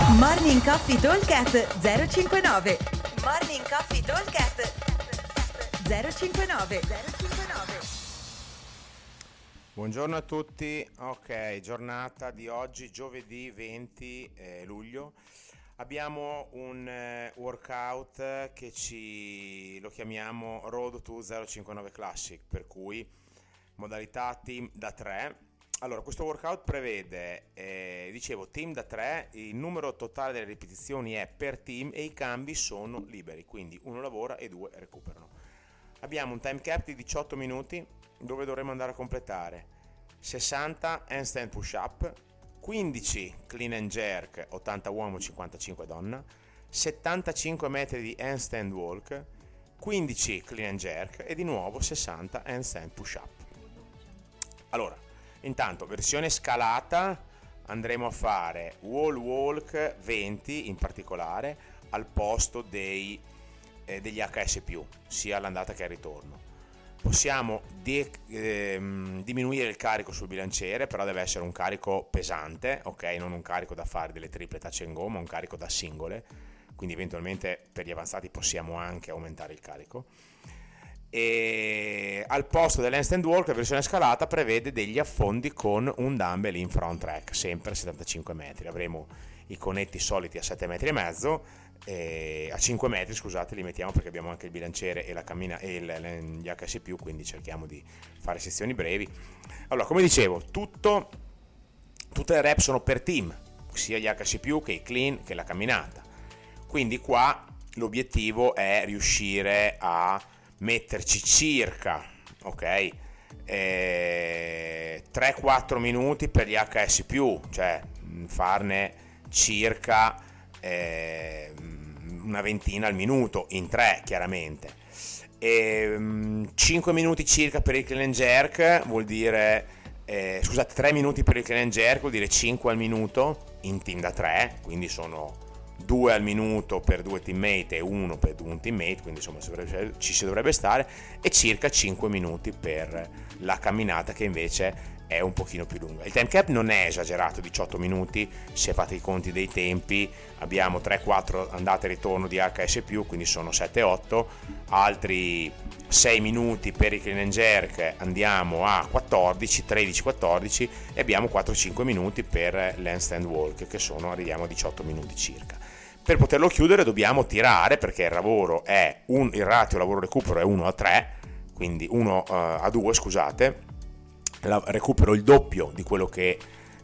Morning Coffee Talkcast 059. Morning Coffee Talkcast 059. Buongiorno a tutti, ok, giornata di oggi, giovedì 20 luglio. Abbiamo un workout che lo chiamiamo Road to 059 Classic, per cui modalità team da 3. Allora, questo workout prevede, team da 3, il numero totale delle ripetizioni è per team e i cambi sono liberi, quindi uno lavora e due recuperano. Abbiamo un time cap di 18 minuti dove dovremo andare a completare 60 handstand push up, 15 clean and jerk, 80 uomo, 55 donna, 75 metri di handstand walk, 15 clean and jerk e di nuovo 60 handstand push up. Allora, intanto versione scalata, andremo a fare wall walk 20 in particolare al posto degli HS+, sia all'andata che al ritorno. Possiamo diminuire il carico sul bilanciere, però deve essere un carico pesante, ok? Non un carico da fare delle triple touch and go, ma un carico da singole, quindi eventualmente per gli avanzati possiamo anche aumentare il carico. E al posto dell'handstand walk la versione scalata prevede degli affondi con un dumbbell in front rack, sempre a 75 metri. Avremo i conetti soliti a 7 metri e mezzo, a 5 metri scusate, li mettiamo perché abbiamo anche il bilanciere e la cammina e gli HS+, quindi cerchiamo di fare sezioni brevi. Allora, come dicevo, tutte le rep sono per team, sia gli HS+, che i clean, che la camminata. Quindi qua l'obiettivo è riuscire a metterci circa 3-4 minuti per gli HS+, cioè farne circa una ventina al minuto in 3 chiaramente, 5 minuti circa per il clean and jerk vuol dire 3 minuti per il clean and jerk vuol dire 5 al minuto in team da 3, quindi sono 2 al minuto per 2 teammate e 1 per un teammate, quindi insomma ci si dovrebbe stare, e circa 5 minuti per la camminata, che invece è un pochino più lunga. Il time cap non è esagerato, 18 minuti, se fate i conti dei tempi abbiamo 3-4 andate e ritorno di HS+, quindi sono 7-8, altri 6 minuti per il clean and jerk, andiamo a 13-14 e abbiamo 4-5 minuti per l'handstand walk, che arriviamo a 18 minuti circa. Per poterlo chiudere dobbiamo tirare, perché il lavoro è il ratio lavoro-recupero è 1-3, quindi 1-2 scusate, recupero il doppio di quello che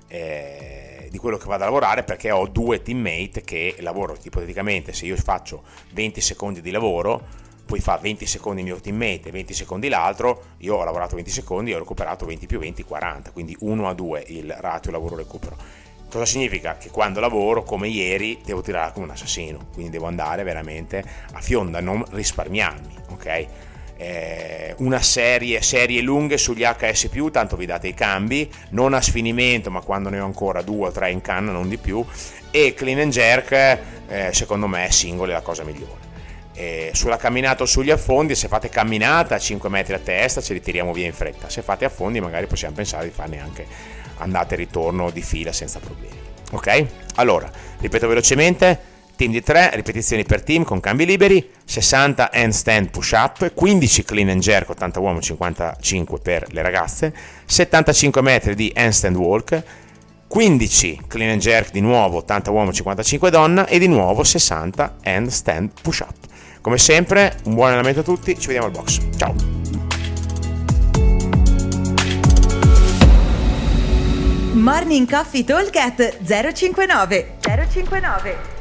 vado a lavorare, perché ho 2 teammate che lavorano. Ipoteticamente, se io faccio 20 secondi di lavoro, poi fa 20 secondi il mio teammate e 20 secondi l'altro, io ho lavorato 20 secondi e ho recuperato 20 più 20, 40, quindi 1-2 il ratio lavoro-recupero. Cosa significa? Che quando lavoro, come ieri, devo tirare come un assassino, quindi devo andare veramente a fionda, non risparmiarmi, ok? Una serie lunghe sugli HS+, tanto vi date i cambi, non a sfinimento, ma quando ne ho ancora 2 o 3 in canna, non di più, e clean and jerk, secondo me singolo è la cosa migliore. Sulla camminata o sugli affondi, se fate camminata a 5 metri a testa ce li tiriamo via in fretta, se fate affondi magari possiamo pensare di farne anche andate e ritorno di fila senza problemi, ok? Allora, ripeto velocemente: team di 3, ripetizioni per team con cambi liberi, 60 handstand push up, 15 clean and jerk, 80 uomo, 55 per le ragazze, 75 metri di handstand walk, 15 clean and jerk di nuovo, 80 uomo, 55 donna e di nuovo 60 handstand push up. Come sempre, un buon allenamento a tutti, ci vediamo al box, ciao! Morning Coffee Talkcast 059.